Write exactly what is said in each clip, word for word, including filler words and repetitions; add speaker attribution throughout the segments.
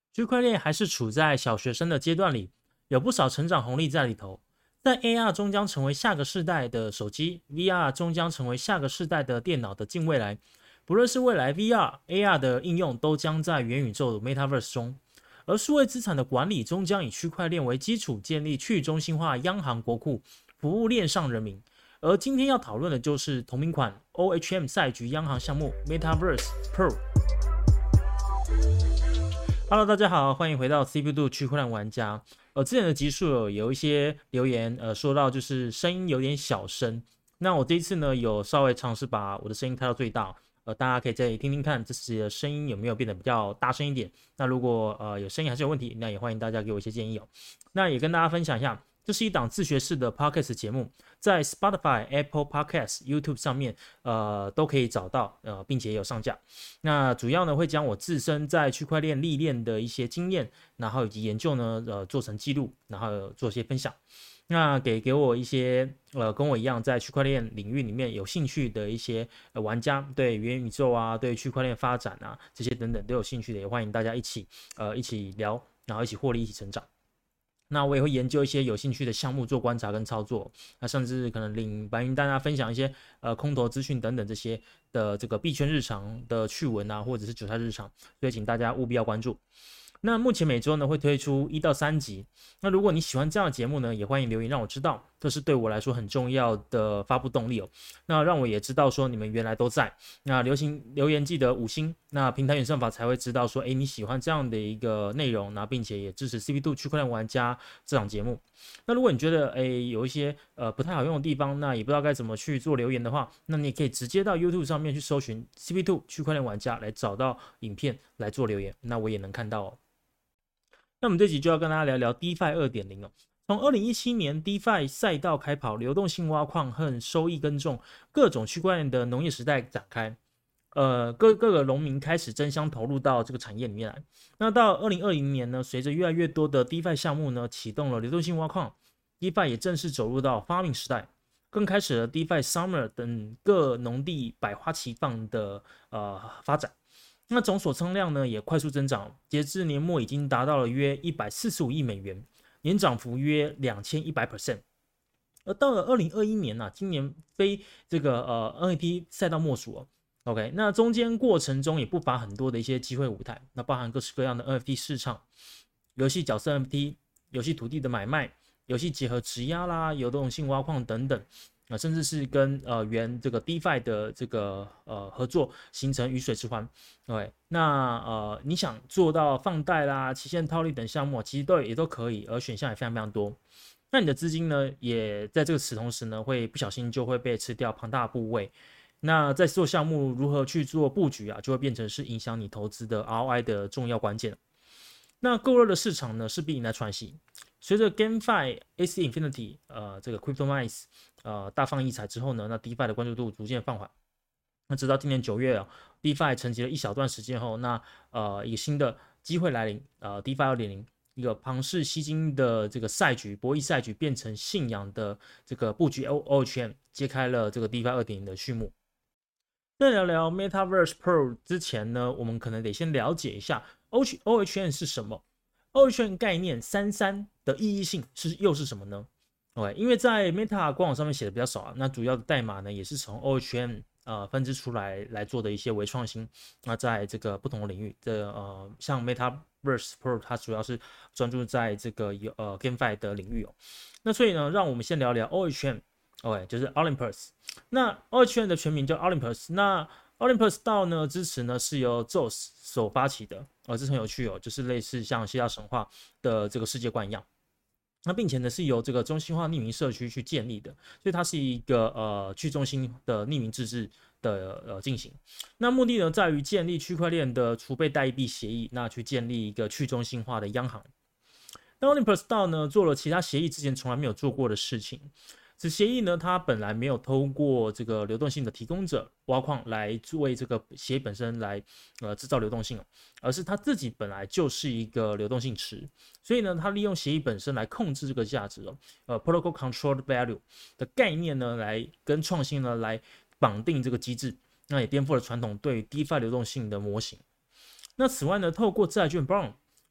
Speaker 1: 区块链还是处在小学生的阶段里，有不少成长红利在里头。在 A R 终将成为下个世代的手机 ，V R 终将成为下个世代的电脑的近未来。不论是未来 V R、A R 的应用，都将在元宇宙的 Metaverse 中。而数位资产的管理终将以区块链为基础，建立去中心化央行国库，服务链上人民。而今天要讨论的就是同名款 O H M 赛局央行项目 Metaverse Pro。Hello， 大家好，欢迎回到 C P 度区块链玩家。呃，之前的集数有一些留言，呃，说到就是声音有点小声。那我这一次呢，有稍微尝试把我的声音开到最大，呃，大家可以再听听看，这次的声音有没有变得比较大声一点。那如果呃有声音还是有问题，那也欢迎大家给我一些建议哦。那也跟大家分享一下。这是一档自学式的 Podcast 节目，在 Spotify、Apple Podcast、YouTube 上面，呃，都可以找到，呃，并且也有上架。那主要呢会将我自身在区块链历练的一些经验，然后以及研究呢，呃，做成记录，然后做一些分享。那给给我一些，呃，跟我一样在区块链领域里面有兴趣的一些、呃、玩家，对元宇宙啊，对区块链发展啊这些等等都有兴趣的，也欢迎大家一起，呃，一起聊，然后一起获利，一起成长。那我也会研究一些有兴趣的项目做观察跟操作，那甚至可能领白云大家分享一些呃空头资讯等等这些的这个币圈日常的趣闻啊，或者是韭菜日常，所以请大家务必要关注。那目前每周呢会推出一到三集，那如果你喜欢这样的节目呢，也欢迎留言让我知道，这是对我来说很重要的发布动力哦。那让我也知道说你们原来都在，那留行留言记得五星，那平台演算法才会知道说，哎，你喜欢这样的一个内容，那并且也支持 C P 度区块链玩家这档节目。那如果你觉得哎有一些呃不太好用的地方，那也不知道该怎么去做留言的话，那你也可以直接到 YouTube 上面去搜寻 C P 度区块链玩家来找到影片来做留言，那我也能看到哦。那我们这集就要跟大家聊聊 DeFi 二点零 哦。从二零一七年 DeFi 赛道开跑，流动性挖矿和收益耕种，各种区块链的农业时代展开。呃，各各个农民开始争相投入到这个产业里面来。那到二零二零年呢，随着越来越多的 DeFi 项目呢启动了流动性挖矿 ，DeFi 也正式走入到发明时代，更开始了 DeFi Summer 等各农地百花齐放的呃发展。那总锁仓量呢也快速增长，截至年末已经达到了约一百四十五亿美元，年涨幅约 百分之两千一百。而到了二零二一年呢、啊，今年非这个呃 N F T 赛道莫属哦。OK， 那中间过程中也不乏很多的一些机会舞台，那包含各式各样的 N F T 市场、游戏角色 N F T、游戏土地的买卖、游戏结合质押啦、流动性挖矿等等。啊，甚至是跟呃原这个 DeFi 的这个呃合作，形成鱼水之欢。对，那呃你想做到放贷啦、期限套利等项目，其实都也都可以，而选项也非常非常多。那你的资金呢，也在这个此同时呢，会不小心就会被吃掉庞大的部位。那在做项目如何去做布局啊，就会变成是影响你投资的 R O I 的重要关键。那够热的市场呢，势必迎来喘息。随着 GameFi、A C Infinity、呃这个 CryptoMice 呃大放异彩之后呢，那 DeFi 的关注度逐渐放缓。那直到今年九月啊 ，DeFi 沉寂了一小段时间后，那呃一个新的机会来临，呃 DeFi 二点零，一个庞氏吸金的这个赛局，博弈赛局变成信仰的这个布局 O H M， 揭开了这个 DeFi 二点零的序幕。在聊聊 Metaverse Pro 之前呢，我们可能得先了解一下 O H M 是什么。O H M 概念三三的意义性是又是什么呢 ？OK， 因为在 Meta 官网上面写的比较少啊，那主要的代码呢也是从 O H M 呃分支出来来做的一些微创新。那在这个不同的领域的呃，像 Metaverse Pro 它主要是专注在这个呃 GameFi 的领域哦。那所以呢，让我们先聊聊 O H M，OK， 就是 Olympus。那 O H M 的全名叫 Olympus。那 Olympus 道呢支持呢是由 Zeus 所发起的，呃，这很有趣哦，就是类似像希腊神话的这个世界观一样。那并且呢是由这个中心化匿名社区去建立的，所以它是一个呃去中心的匿名自治的呃进行。那目的呢在于建立区块链的储备代币协议，那去建立一个去中心化的央行。那 Olympus 道呢做了其他协议之前从来没有做过的事情。此协议呢，它本来没有通过这个流动性的提供者挖矿来为这个协议本身来呃制造流动性，而是它自己本来就是一个流动性池，所以呢，它利用协议本身来控制这个价值哦，呃 ，protocol controlled value 的概念呢，来跟创新呢来绑定这个机制，那也颠覆了传统对于 DeFi 流动性的模型。那此外呢，透过债券 Bond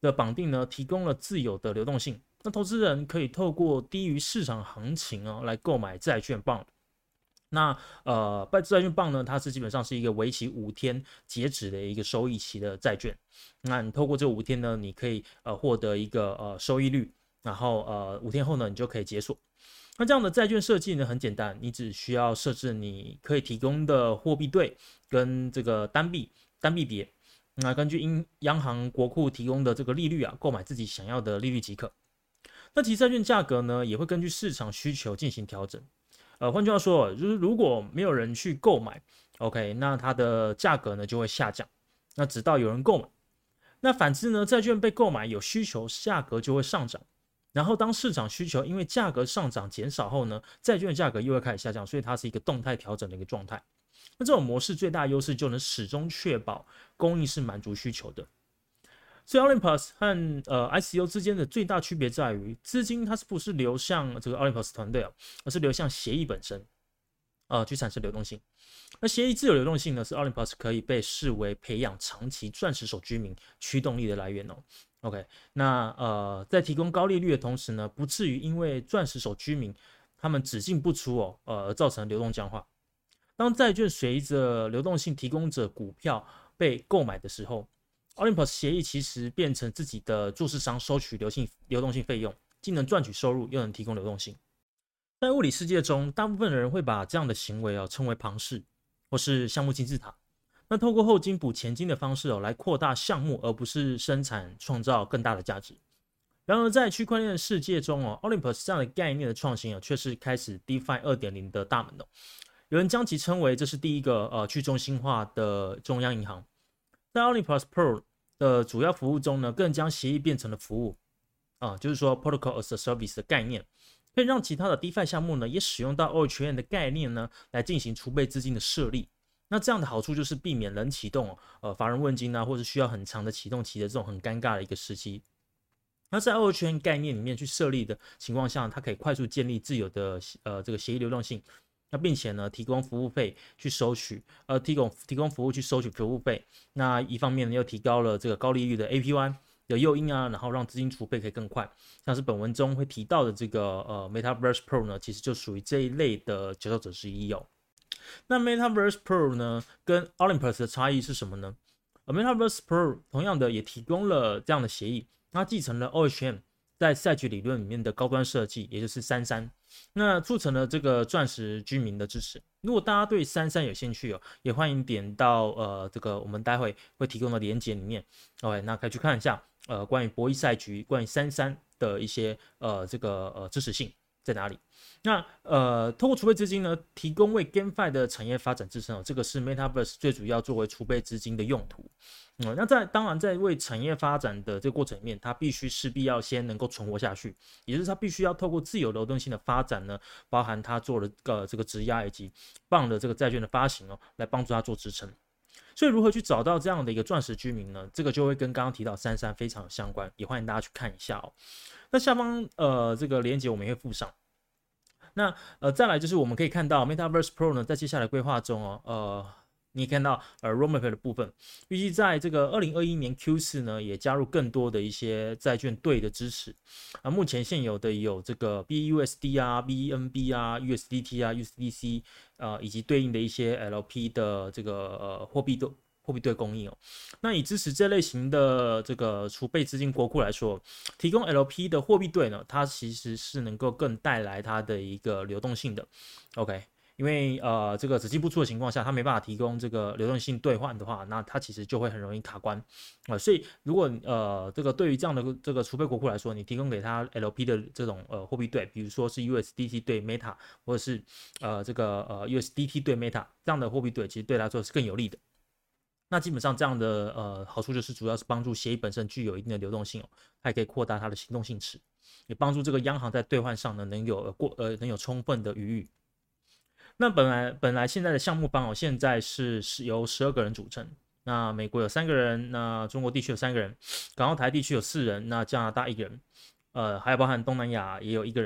Speaker 1: 的绑定呢，提供了自由的流动性。那投资人可以透过低于市场行情哦来购买债券 bond。那呃，债券 bond 呢，它是基本上是一个为期五天截止的一个收益期的债券。那你透过这五天呢，你可以呃获得一个呃收益率，然后呃五天后呢，你就可以解锁。那这样的债券设计呢很简单，你只需要设置你可以提供的货币对跟这个单币单币别，那根据英央行国库提供的这个利率啊，购买自己想要的利率即可。那其实债券价格呢也会根据市场需求进行调整。呃，换句话说，就是如果没有人去购买 ，OK， 那它的价格呢就会下降。那直到有人购买，那反之呢，债券被购买有需求，价格就会上涨。然后当市场需求因为价格上涨减少后呢，债券的价格又会开始下降，所以它是一个动态调整的一个状态。那这种模式最大的优势就能始终确保供应是满足需求的。所以 Olympus 和呃 I C O 之间的最大区别在于，资金它是不是流向这个 Olympus 团队啊，而是流向协议本身，呃，去产生流动性。那协议自由流动性呢，是 Olympus 可以被视为培养长期钻石手居民驱动力的来源哦。OK， 那呃，在提供高利率的同时呢，不至于因为钻石手居民他们只进不出哦，呃，而造成流动僵化。当债券随着流动性提供者股票被购买的时候， Olympus 协议其实变成自己的做市商收取流性流动性费用，既能赚取收入，又能提供流动性。在物理世界中，大部分的人会把这样的行为哦称为庞氏或是项目金字塔。那透过后金补前金的方式哦，来扩大项目，而不是生产创造更大的价值。然而，在区块链的世界中哦 ，Olympus 这样的概念的创新哦，却是开始 DeFi 二点零 的大门哦。有人将其称为这是第一个呃去中心化的中央银行。在 Olympus Pro 的主要服务中呢，更将协议变成了服务啊，就是说 Protocol as a Service 的概念，可以让其他的 DeFi 项目呢也使用到 O H N 的概念呢，来进行储备资金的设立。那这样的好处就是避免冷启动，呃，乏人问津啊，或者需要很长的启动期的这种很尴尬的一个时期。那在 O H N 概念里面去设立的情况下，它可以快速建立自有的呃这个协议流动性。那并且呢，提供服务费去收取，呃，提供提供服务去收取服务费。那一方面呢，又提高了这个高利率的 A P Y 的诱因啊，然后让资金储备可以更快。像是本文中会提到的这个呃 Metaverse Pro 呢，其实就属于这一类的佼佼者之一哦。那 Metaverse Pro 呢，跟 Olympus 的差异是什么呢？而 Metaverse Pro 同样的也提供了这样的协议，它继承了 O H M 在赛局理论里面的高端设计，也就是三三。那促成了这个钻石居民的支持。如果大家对三三有兴趣哦，也欢迎点到呃这个我们待会会提供的连结里面 ，OK， 那可以去看一下呃关于博弈赛局、关于三三的一些呃这个呃支持性在哪里。那呃透过储备资金呢，提供为 GameFi 的产业发展支撑哦，这个是 Metaverse 最主要作为储备资金的用途。嗯，那在当然在为产业发展的这个过程里面，它必须势必要先能够存活下去，也就是它必须要透过自由流动性的发展呢，包含它做了呃这个质押以及棒的这个债券的发行哦，来帮助它做支撑。所以如何去找到这样的一个钻石居民呢？这个就会跟刚刚提到三三非常相关，也欢迎大家去看一下哦。那下方呃这个连结我们也会附上。那呃再来就是我们可以看到 Metaverse Pro 呢，在接下来规划中哦，呃。你看到呃 roadmap 的部分，预计在这个二零二一年 Q 四 呢，也加入更多的一些债券对的支持啊。目前现有的有这个 B U S D 啊、B N B 啊、U S D T 啊、U S D C 呃以及对应的一些 L P 的这个呃货币对货币对供应哦。那以支持这类型的这个储备资金国库来说，提供 L P 的货币对呢，它其实是能够更带来它的一个流动性的。OK。因为呃这个只进不出的情况下，它没办法提供这个流动性兑换的话，那它其实就会很容易卡关啊、呃。所以如果呃这个对于这样的这个储备国库来说，你提供给它 L P 的这种呃货币对，比如说是 U S D T 对 Meta， 或者是呃这个呃 U S D T 对 Meta 这样的货币对，其实对它来说是更有利的。那基本上这样的呃好处就是主要是帮助协议本身具有一定的流动性哦，它也可以扩大它的行动性池，也帮助这个央行在兑换上呢能有过呃能有充分的余裕。那本来本来现在的项目方哦，现在是是由十二个人组成。那美国有三个人，那中国地区有三个人，港澳台地区有四人，那加拿大一个人，呃，还有包含东南亚也有一个人。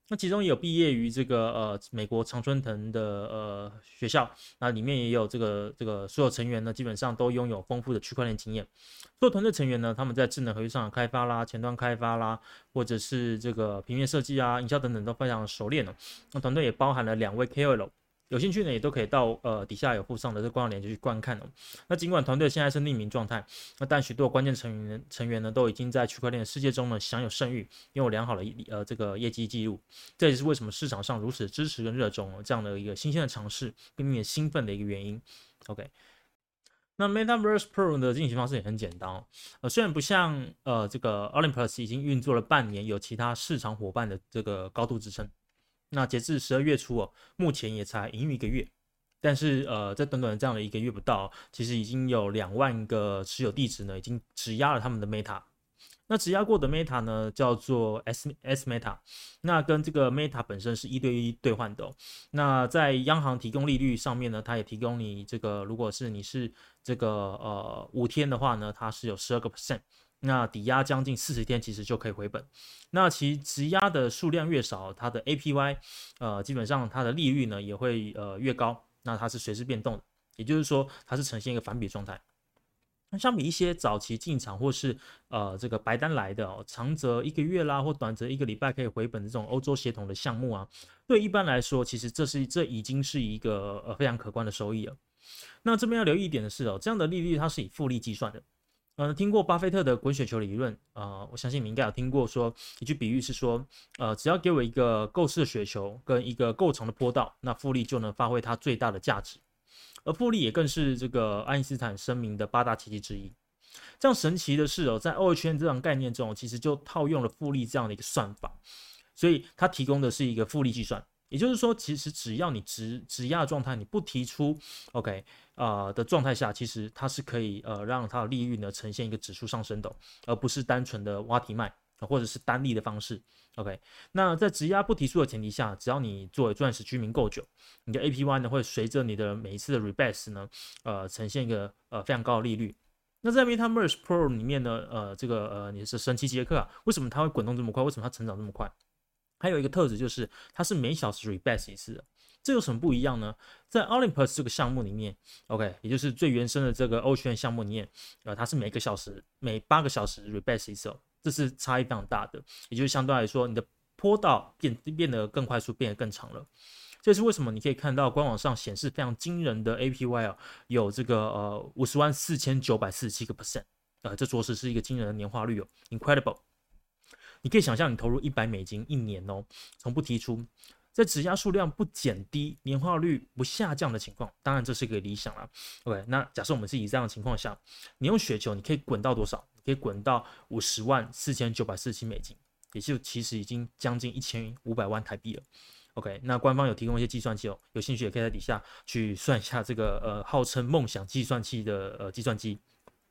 Speaker 1: 那其中也有毕业于这个呃美国常春藤的呃学校，那里面也有这个这个所有成员呢，基本上都拥有丰富的区块链经验。所有团队成员呢，他们在智能合约上的开发啦、前端开发啦，或者是这个平面设计啊、营销等等都非常熟练哦。那团队也包含了两位 K O L。有兴趣呢，也都可以到呃底下有附上的这官网链接去观看哦。那尽管团队现在是匿名状态，那但许多关键成员成员呢都已经在区块链的世界中呢享有盛誉，拥有良好的呃这个业绩记录。这也是为什么市场上如此支持跟热衷、哦、这样的一个新鲜的尝试，并且兴奋的一个原因。OK。那 Metaverse Pro 的进行方式也很简单、哦，呃，虽然不像呃这个 Olympus 已经运作了半年，有其他市场伙伴的这个高度支撑。那截至十二月初哦，目前也才营运一个月，但是呃，在短短的这样的一个月不到，其实已经有两万个持有地址呢，已经质押了他们的 Meta。那质押过的 Meta 呢，叫做 S S Meta， 那跟这个 Meta 本身是一对一兑换的、哦。那在央行提供利率上面呢，它也提供你这个，如果是你是这个呃五天的话呢，它是有十二个 percent。那抵押将近四十天，其实就可以回本。那其质押的数量越少，它的 A P Y， 呃，基本上它的利率呢也会呃越高。那它是随时变动的，也就是说它是呈现一个反比状态。那相比一些早期进场或是呃这个白单来的、哦、长则一个月啦，或短则一个礼拜可以回本的这种欧洲协同的项目啊，对一般来说，其实这是这已经是一个呃非常可观的收益了。那这边要留意一点的是哦，这样的利率它是以复利计算的。呃，听过巴菲特的滚雪球理论，呃，我相信你应该有听过说一句比喻是说，呃，只要给我一个够湿的雪球跟一个够长的坡道，那复利就能发挥它最大的价值。而复利也更是这个爱因斯坦声明的八大奇迹之一。这样神奇的是哦，在 O H N 这样概念中，其实就套用了复利这样的一个算法，所以它提供的是一个复利计算。也就是说，其实只要你质质押的状态，你不提出 OK 呃的状态下，其实它是可以呃让它的利率呢呈现一个指数上升的，而不是单纯的挖提卖或者是单利的方式。OK， 那在质押不提出的前提下，只要你作为钻石居民够久，你的 A P Y 呢会随着你的每一次的 rebase 呢，呃呈现一个呃非常高的利率。那在 Metaverse Pro 里面呢，呃这个呃你是神奇杰克啊，为什么它会滚动这么快？为什么它成长这么快？还有一个特质就是它是每小时 rebase 一次的，这有什么不一样呢？在 Olympus 这个项目里面 ，OK， 也就是最原生的这个 Ocean 项目里面，呃，它是每个小时每八个小时 rebase 一次、哦，这是差异非常大的，也就是相对来说，你的坡道变变得更快速，变得更长了。这是为什么你可以看到官网上显示非常惊人的 A P Y 哦，有这个呃五十万四千九百四十七个 percent， 呃，这着实是一个惊人的年化率哦 ，incredible。你可以想象，你投入一百美金一年哦，从不提出，在质押数量不减低、年化率不下降的情况，当然这是一个理想啦。OK， 那假设我们是以这样的情况下，你用雪球，你可以滚到多少？你可以滚到五十万四千九百四十七美金，也就其实已经将近一千五百万台币了。OK， 那官方有提供一些计算器哦，有兴趣也可以在底下去算一下这个呃号称梦想计算器的呃计算机。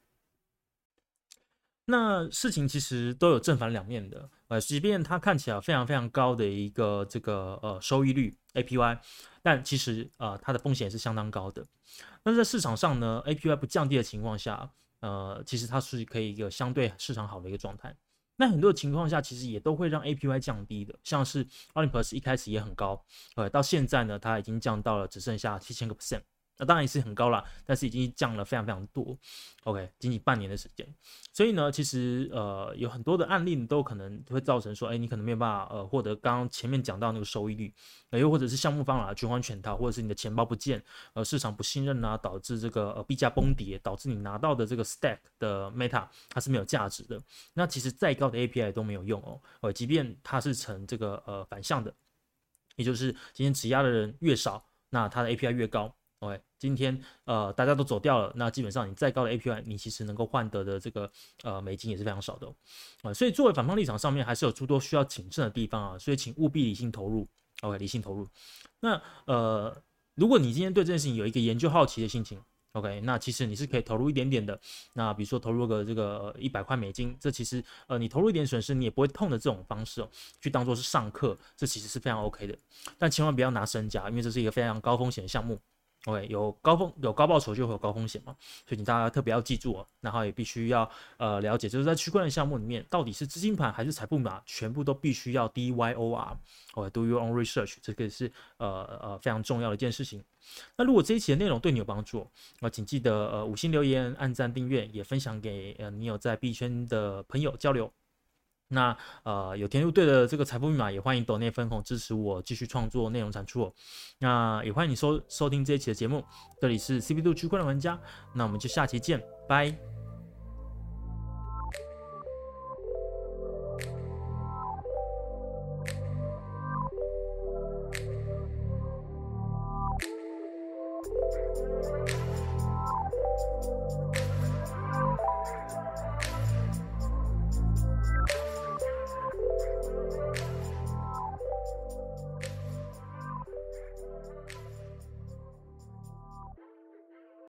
Speaker 1: 那事情其实都有正反两面的，呃，即便它看起来非常非常高的一个这个呃收益率 A P Y， 但其实呃它的风险也是相当高的。那在市场上呢 ，A P Y 不降低的情况下，呃，其实它是可以一个相对市场好的一个状态。那很多的情况下，其实也都会让 A P Y 降低的，像是 Olympus 一开始也很高，呃，到现在呢，它已经降到了只剩下七千个 percent。那当然也是很高啦，但是已经降了非常非常多 ，OK， 仅仅半年的时间，所以呢，其实呃有很多的案例都可能会造成说，哎，你可能没有办法呃获得刚刚前面讲到那个收益率，呃又或者是项目方啊全还全套，或者是你的钱包不见，呃市场不信任啊，导致这个呃币价崩跌，导致你拿到的这个 stack 的 meta 它是没有价值的，那其实再高的 A P I 都没有用哦，呃即便它是呈这个呃反向的，也就是今天质押的人越少，那它的 A P I 越高。OK， 今天呃大家都走掉了，那基本上你再高的 A P Y， 你其实能够换得的这个呃美金也是非常少的、哦呃、所以作为反方立场上面还是有诸多需要谨慎的地方啊，所以请务必理性投入。OK， 理性投入。那呃，如果你今天对这件事情有一个研究好奇的心情 ，OK， 那其实你是可以投入一点点的。那比如说投入个这个一百块美金，这其实呃你投入一点损失你也不会痛的这种方式哦，去当做是上课，这其实是非常 OK 的。但千万不要拿身家，因为这是一个非常高风险的项目。 OK，有高风有高报酬就会有高风险嘛，所以请大家特别要记住哦。然后也必须要呃了解，就是在区块链项目里面，到底是资金盘还是财富密码，全部都必须要 D Y O R， 哦 ，Do your own research， 这个是呃呃非常重要的一件事情。那如果这一期的内容对你有帮助，呃，请记得呃五星留言、按赞、订阅，也分享给呃你有在币圈的朋友交流。那呃有填入对的这个财富密码，也欢迎抖内分红支持我继续创作内容产出哦。那也欢迎你收收听这一期的节目，这里是 C P 度区块链玩家，那我们就下期见，拜。